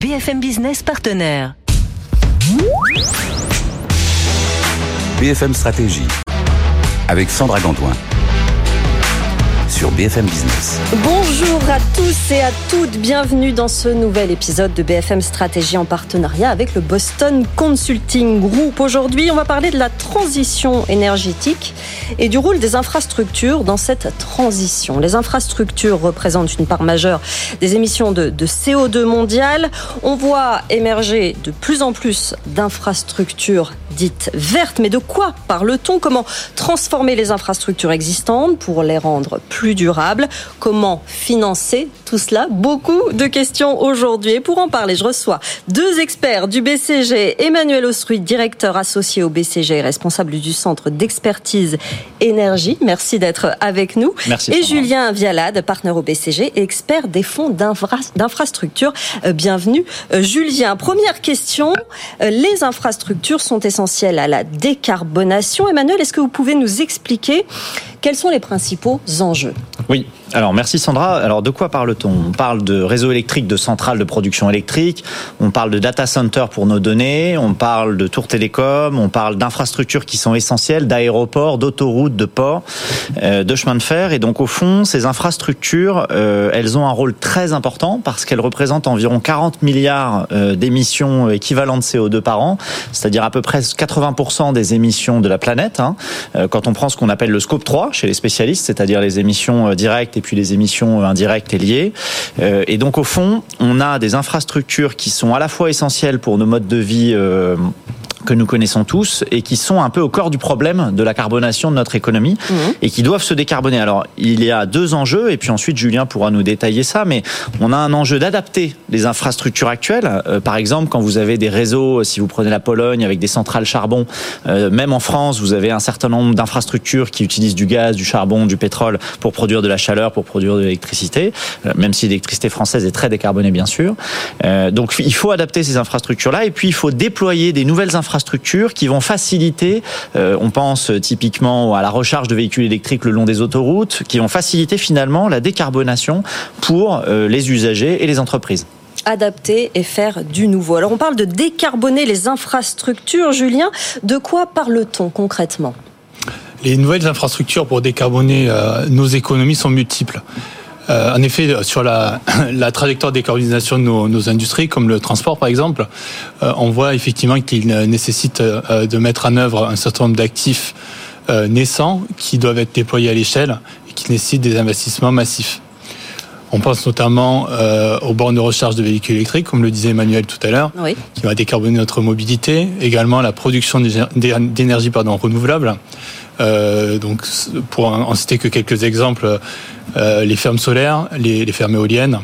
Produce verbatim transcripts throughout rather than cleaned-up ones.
B F M Business partenaire. B F M Stratégie avec Sandra Gantoin sur B F M Business. Bonjour à tous et à toutes, bienvenue dans ce nouvel épisode de B F M Stratégie en partenariat avec le Boston Consulting Group. Aujourd'hui, on va parler de la transition énergétique et du rôle des infrastructures dans cette transition. Les infrastructures représentent une part majeure des émissions de, de C O deux mondiales. On voit émerger de plus en plus d'infrastructures dites vertes. Mais de quoi parle-t-on ? Comment transformer les infrastructures existantes pour les rendre plus durables ? Comment financer tout cela ? Beaucoup de questions aujourd'hui. Et pour en parler, je reçois deux experts du B C G. Emmanuel Osruit, directeur associé au B C G et responsable du Centre d'expertise énergie. Merci d'être avec nous. Merci. Et Sandra. Julien Vialade, partenaire au B C G et expert des fonds d'infra- d'infrastructure. Euh, bienvenue, euh, Julien. Première question. Euh, les infrastructures sont essentielles à la décarbonation. Emmanuel, est-ce que vous pouvez nous expliquer quels sont les principaux enjeux ? Oui, alors merci Sandra. Alors de quoi parle-t-on ? On parle de réseaux électriques, de centrales de production électrique, on parle de data center pour nos données, on parle de tours télécom, on parle d'infrastructures qui sont essentielles, d'aéroports, d'autoroutes, de ports, euh, de chemins de fer. Et donc au fond, ces infrastructures, euh, elles ont un rôle très important parce qu'elles représentent environ quarante milliards euh, d'émissions équivalentes de C O deux par an, c'est-à-dire à peu près quatre-vingts pour cent des émissions de la planète. Hein, euh, quand on prend ce qu'on appelle le scope trois chez les spécialistes, c'est-à-dire les émissions directes et puis les émissions indirectes et liées. Euh, et donc au fond, on a des infrastructures qui sont à la fois essentielles pour nos modes de vie euh, que nous connaissons tous et qui sont un peu au cœur du problème de la carbonation de notre économie mmh. et qui doivent se décarboner. Alors, il y a deux enjeux et puis ensuite Julien pourra nous détailler ça, mais on a un enjeu d'adapter les infrastructures actuelles. Euh, par exemple, quand vous avez des réseaux, si vous prenez la Pologne avec des centrales charbon, euh, même en France, vous avez un certain nombre d'infrastructures qui utilisent du gaz, du charbon, du pétrole pour produire de la chaleur, pour produire de l'électricité, euh, même si l'électricité française est très décarbonée, bien sûr. Euh, donc, il faut adapter ces infrastructures-là et puis il faut déployer des nouvelles infrastructures infrastructures qui vont faciliter, euh, on pense typiquement à la recharge de véhicules électriques le long des autoroutes, qui vont faciliter finalement la décarbonation pour euh, les usagers et les entreprises. Adapter et faire du nouveau. Alors on parle de décarboner les infrastructures. Julien, de quoi parle-t-on concrètement ? Les nouvelles infrastructures pour décarboner euh, nos économies sont multiples. Euh, en effet, sur la, la trajectoire de décarbonisation de nos, nos industries, comme le transport par exemple, euh, on voit effectivement qu'il nécessite euh, de mettre en œuvre un certain nombre d'actifs euh, naissants qui doivent être déployés à l'échelle et qui nécessitent des investissements massifs. On pense notamment euh, aux bornes de recharge de véhicules électriques, comme le disait Emmanuel tout à l'heure, oui. qui va décarboner notre mobilité, également la production d'énergie pardon, renouvelable. Euh, donc, pour en citer que quelques exemples, euh, les fermes solaires, les, les fermes éoliennes,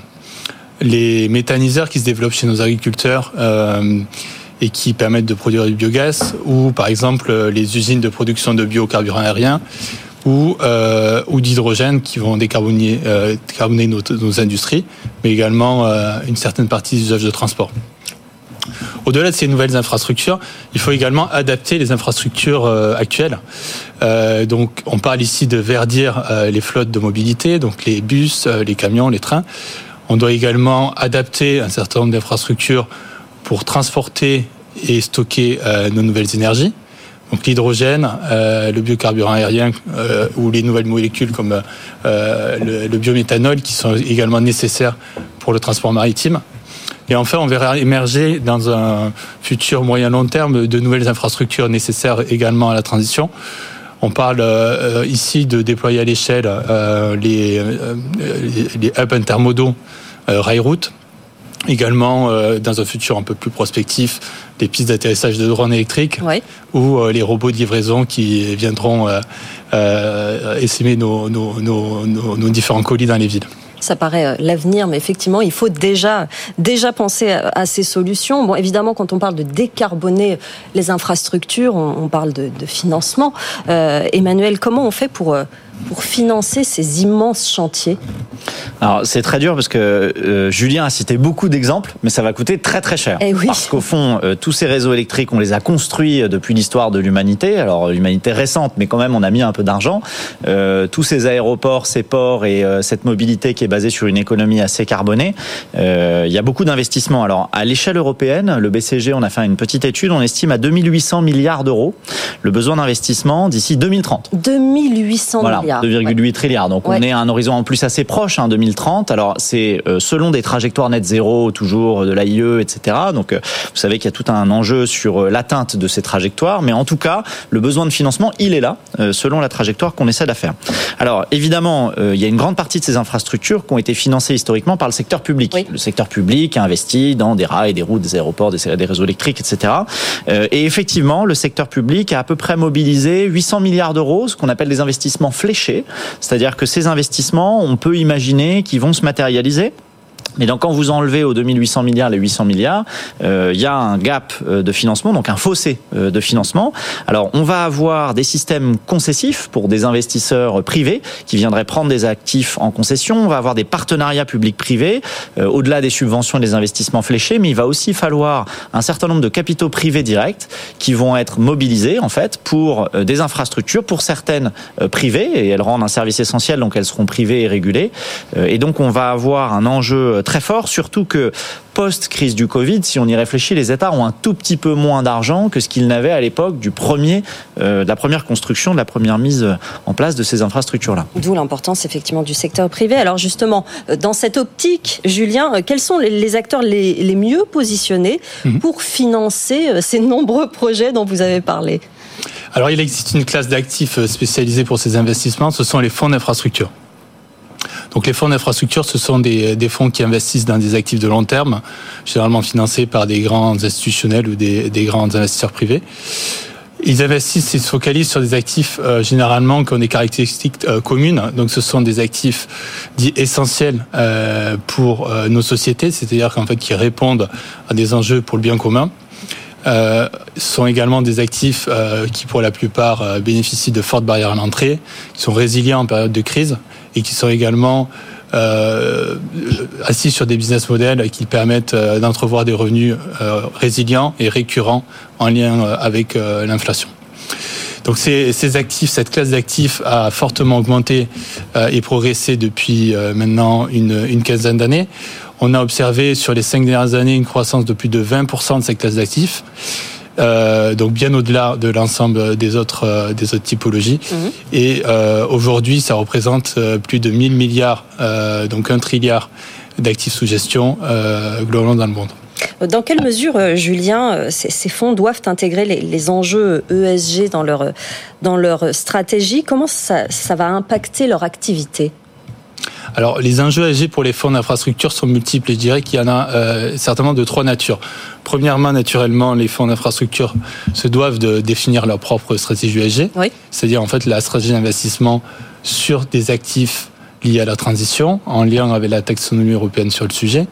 les méthaniseurs qui se développent chez nos agriculteurs euh, et qui permettent de produire du biogaz, ou par exemple les usines de production de biocarburants aériens, ou, euh, ou d'hydrogène qui vont décarboner, euh, décarboner nos, nos industries, mais également euh, une certaine partie des usages de transport. Au-delà de ces nouvelles infrastructures, il faut également adapter les infrastructures euh, actuelles. Euh, donc, on parle ici de verdir euh, les flottes de mobilité, donc les bus, euh, les camions, les trains. On doit également adapter un certain nombre d'infrastructures pour transporter et stocker euh, nos nouvelles énergies. Donc l'hydrogène, euh, le biocarburant aérien euh, ou les nouvelles molécules comme euh, le, le biométhanol qui sont également nécessaires pour le transport maritime. Et enfin, on verra émerger dans un futur moyen-long terme de nouvelles infrastructures nécessaires également à la transition. On parle euh, ici de déployer à l'échelle euh, les, euh, les hubs intermodaux euh, rail-route. Également, euh, dans un futur un peu plus prospectif, des pistes d'atterrissage de drones électriques oui. ou euh, les robots de livraison qui viendront euh, euh, essaimer nos, nos, nos, nos, nos différents colis dans les villes. Ça paraît l'avenir, mais effectivement, il faut déjà, déjà penser à, à ces solutions. Bon, évidemment, quand on parle de décarboner les infrastructures, on, on parle de, de financement. Euh, Emmanuel, comment on fait pour, pour financer ces immenses chantiers ? Alors c'est très dur parce que euh, Julien a cité beaucoup d'exemples, mais ça va coûter très très cher. Eh oui. Parce qu'au fond, euh, tous ces réseaux électriques, on les a construits depuis l'histoire de l'humanité. Alors l'humanité récente, mais quand même on a mis un peu d'argent. Euh, tous ces aéroports, ces ports et euh, cette mobilité qui est basée sur une économie assez carbonée, euh, il y a beaucoup d'investissements. Alors à l'échelle européenne, le B C G, on a fait une petite étude, on estime à deux mille huit cents milliards d'euros le besoin d'investissement d'ici deux mille trente. deux mille huit cents voilà, milliards. deux virgule huit ouais. trilliards. Donc ouais. on est à un horizon en plus assez proche, hein, deux mille trente. Alors c'est euh, selon des trajectoires net zéro, toujours de l'A I E, et cetera. Donc euh, vous savez qu'il y a tout un enjeu sur euh, l'atteinte de ces trajectoires, mais en tout cas le besoin de financement il est là, euh, selon la trajectoire qu'on essaie de faire. Alors évidemment, euh, il y a une grande partie de ces infrastructures qui ont été financées historiquement par le secteur public. Oui. Le secteur public a investi dans des rails, des routes, des aéroports, des, des réseaux électriques, et cetera. Euh, et effectivement, le secteur public a à peu près mobilisé huit cents milliards d'euros, ce qu'on appelle des investissements fléchés, c'est-à-dire que ces investissements, on peut imaginer qu'ils vont se matérialiser. Mais donc quand vous enlevez aux deux mille huit cents milliards les huit cents milliards, euh, il y a un gap de financement, donc un fossé de financement. Alors on va avoir des systèmes concessifs pour des investisseurs privés qui viendraient prendre des actifs en concession. On va avoir des partenariats publics-privés, euh, au-delà des subventions et des investissements fléchés, mais il va aussi falloir un certain nombre de capitaux privés directs qui vont être mobilisés en fait pour euh, des infrastructures, pour certaines euh, privées, et elles rendent un service essentiel, donc elles seront privées et régulées. Euh, et donc on va avoir un enjeu très fort, surtout que post-crise du Covid, si on y réfléchit, les États ont un tout petit peu moins d'argent que ce qu'ils n'avaient à l'époque du premier, euh, de la première construction, de la première mise en place de ces infrastructures-là. D'où l'importance effectivement du secteur privé. Alors justement, dans cette optique, Julien, quels sont les acteurs les, les mieux positionnés mmh. pour financer ces nombreux projets dont vous avez parlé ? Alors il existe une classe d'actifs spécialisés pour ces investissements, ce sont les fonds d'infrastructure. Donc les fonds d'infrastructure, ce sont des, des fonds qui investissent dans des actifs de long terme, généralement financés par des grands institutionnels ou des, des grands investisseurs privés. Ils investissent, ils se focalisent sur des actifs euh, généralement qui ont des caractéristiques euh, communes. Donc ce sont des actifs dits essentiels euh, pour euh, nos sociétés, c'est-à-dire qu'en fait qui répondent à des enjeux pour le bien commun. Euh, sont également des actifs euh, qui pour la plupart euh, bénéficient de fortes barrières à l'entrée, qui sont résilients en période de crise et qui sont également euh, assis sur des business models qui permettent euh, d'entrevoir des revenus euh, résilients et récurrents en lien euh, avec euh, l'inflation. Donc ces, ces actifs, cette classe d'actifs a fortement augmenté euh, et progressé depuis euh, maintenant une, une quinzaine d'années. On a observé sur les cinq dernières années une croissance de plus de vingt pour cent de cette classe d'actifs, euh, donc bien au-delà de l'ensemble des autres, euh, des autres typologies. Mmh. Et euh, aujourd'hui, ça représente plus de mille milliards, euh, donc un trilliard d'actifs sous gestion euh, globalement dans le monde. Dans quelle mesure, Julien, ces fonds doivent intégrer les, les enjeux E S G dans leur, dans leur stratégie ? Comment ça, ça va impacter leur activité ? Alors, les enjeux E S G pour les fonds d'infrastructure sont multiples. Je dirais qu'il y en a euh, certainement de trois natures. Premièrement, naturellement, les fonds d'infrastructure se doivent de définir leur propre stratégie E S G. Oui. C'est-à-dire, en fait, la stratégie d'investissement sur des actifs liés à la transition, en lien avec la taxonomie européenne sur le sujet.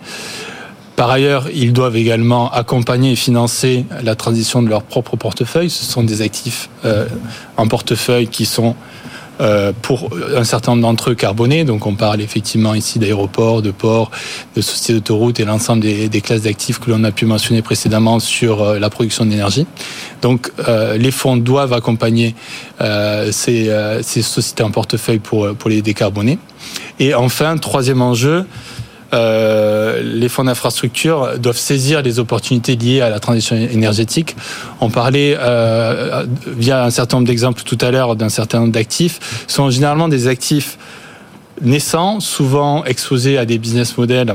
Par ailleurs, ils doivent également accompagner et financer la transition de leur propre portefeuille. Ce sont des actifs euh, en portefeuille qui sont Euh, pour un certain nombre d'entre eux carbonés, donc on parle effectivement ici d'aéroports, de ports, de sociétés d'autoroutes et l'ensemble des, des classes d'actifs que l'on a pu mentionner précédemment sur euh, la production d'énergie. Donc euh, les fonds doivent accompagner euh, ces, euh, ces sociétés en portefeuille pour, pour les décarboner. Et enfin, troisième enjeu, Euh, les fonds d'infrastructure doivent saisir les opportunités liées à la transition énergétique. On parlait euh, via un certain nombre d'exemples tout à l'heure d'un certain nombre d'actifs. Ce sont généralement des actifs naissants, souvent exposés à des business models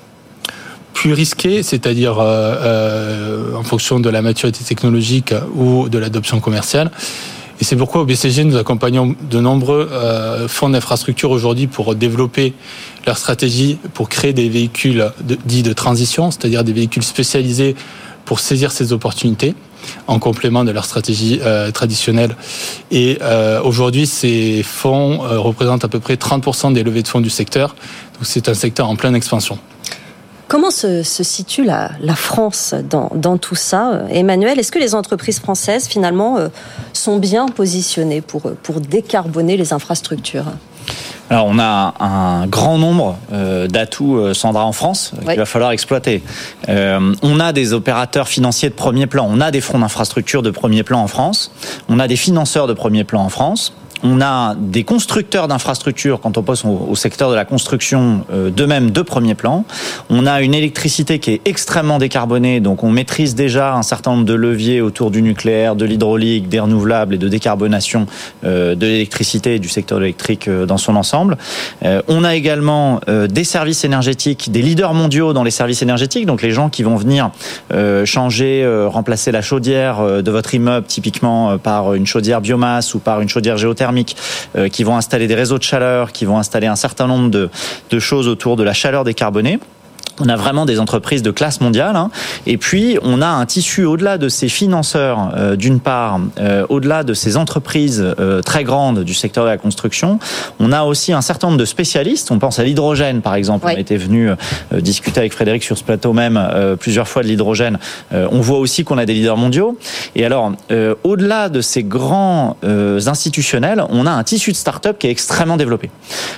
plus risqués, c'est-à-dire euh, euh, en fonction de la maturité technologique ou de l'adoption commerciale. Et c'est pourquoi au B C G, nous accompagnons de nombreux euh, fonds d'infrastructure aujourd'hui pour développer leur stratégie, pour créer des véhicules de, dits de transition, c'est-à-dire des véhicules spécialisés pour saisir ces opportunités en complément de leur stratégie euh, traditionnelle. Et euh, aujourd'hui, ces fonds euh, représentent à peu près trente pour cent des levées de fonds du secteur. Donc c'est un secteur en pleine expansion. Comment se, se situe la, la France dans, dans tout ça, Emmanuel? Est-ce que les entreprises françaises, finalement, euh, sont bien positionnées pour, pour décarboner les infrastructures? Alors on a un grand nombre euh, d'atouts, euh, Sandra, en France euh, oui. qu'il va falloir exploiter. Euh, on a des opérateurs financiers de premier plan, on a des fonds d'infrastructure de premier plan en France, on a des financeurs de premier plan en France. On a des constructeurs d'infrastructures, quand on passe au, au secteur de la construction, euh, d'eux-mêmes de premier plan. On a une électricité qui est extrêmement décarbonée, donc on maîtrise déjà un certain nombre de leviers autour du nucléaire, de l'hydraulique, des renouvelables et de décarbonation euh, de l'électricité et du secteur électrique euh, dans son ensemble. Euh, on a également euh, des services énergétiques, des leaders mondiaux dans les services énergétiques, donc les gens qui vont venir euh, changer, euh, remplacer la chaudière euh, de votre immeuble, typiquement euh, par une chaudière biomasse ou par une chaudière géothermique, Euh, qui vont installer des réseaux de chaleur, qui vont installer un certain nombre de, de choses autour de la chaleur décarbonée. On a vraiment des entreprises de classe mondiale, hein. Et puis on a un tissu au-delà de ces financeurs, euh, d'une part, euh, au-delà de ces entreprises euh, très grandes du secteur de la construction, on a aussi un certain nombre de spécialistes. On pense à l'hydrogène, par exemple. Oui. On était venu euh, discuter avec Frédéric sur ce plateau même euh, plusieurs fois de l'hydrogène. Euh, on voit aussi qu'on a des leaders mondiaux. Et alors, euh, au-delà de ces grands euh, institutionnels, on a un tissu de start-up qui est extrêmement développé.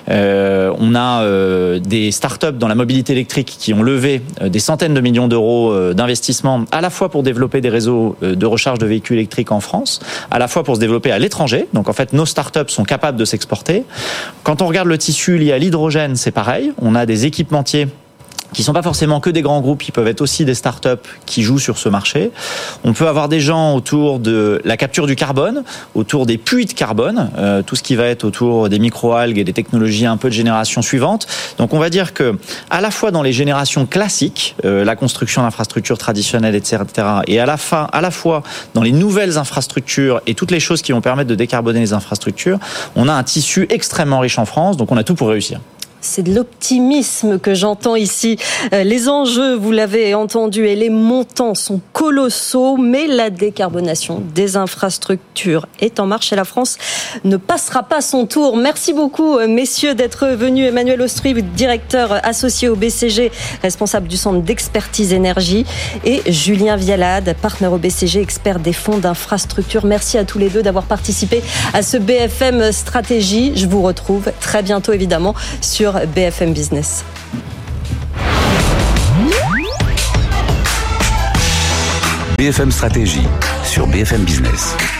Euh, on a euh, des start-up dans la mobilité électrique qui ont levé des centaines de millions d'euros d'investissement, à la fois pour développer des réseaux de recharge de véhicules électriques en France, à la fois pour se développer à l'étranger. Donc en fait, nos startups sont capables de s'exporter. Quand on regarde le tissu lié à l'hydrogène, c'est pareil. On a des équipementiers qui sont pas forcément que des grands groupes, qui peuvent être aussi des startups qui jouent sur ce marché. On peut avoir des gens autour de la capture du carbone, autour des puits de carbone, euh, tout ce qui va être autour des microalgues et des technologies un peu de génération suivante. Donc on va dire que à la fois dans les générations classiques, euh, la construction d'infrastructures traditionnelles, et cetera, et à la fin, à la fois dans les nouvelles infrastructures et toutes les choses qui vont permettre de décarboner les infrastructures, on a un tissu extrêmement riche en France. Donc on a tout pour réussir. C'est de l'optimisme que j'entends ici. Les enjeux, vous l'avez entendu, et les montants sont colossaux, mais la décarbonation des infrastructures est en marche et la France ne passera pas son tour. Merci beaucoup, messieurs, d'être venus. Emmanuel Austruy, directeur associé au B C G, responsable du centre d'expertise énergie, et Julien Vialade, partenaire au B C G, expert des fonds d'infrastructure. Merci à tous les deux d'avoir participé à ce B F M Stratégie. Je vous retrouve très bientôt, évidemment, sur B F M Business. B F M Stratégie sur B F M Business.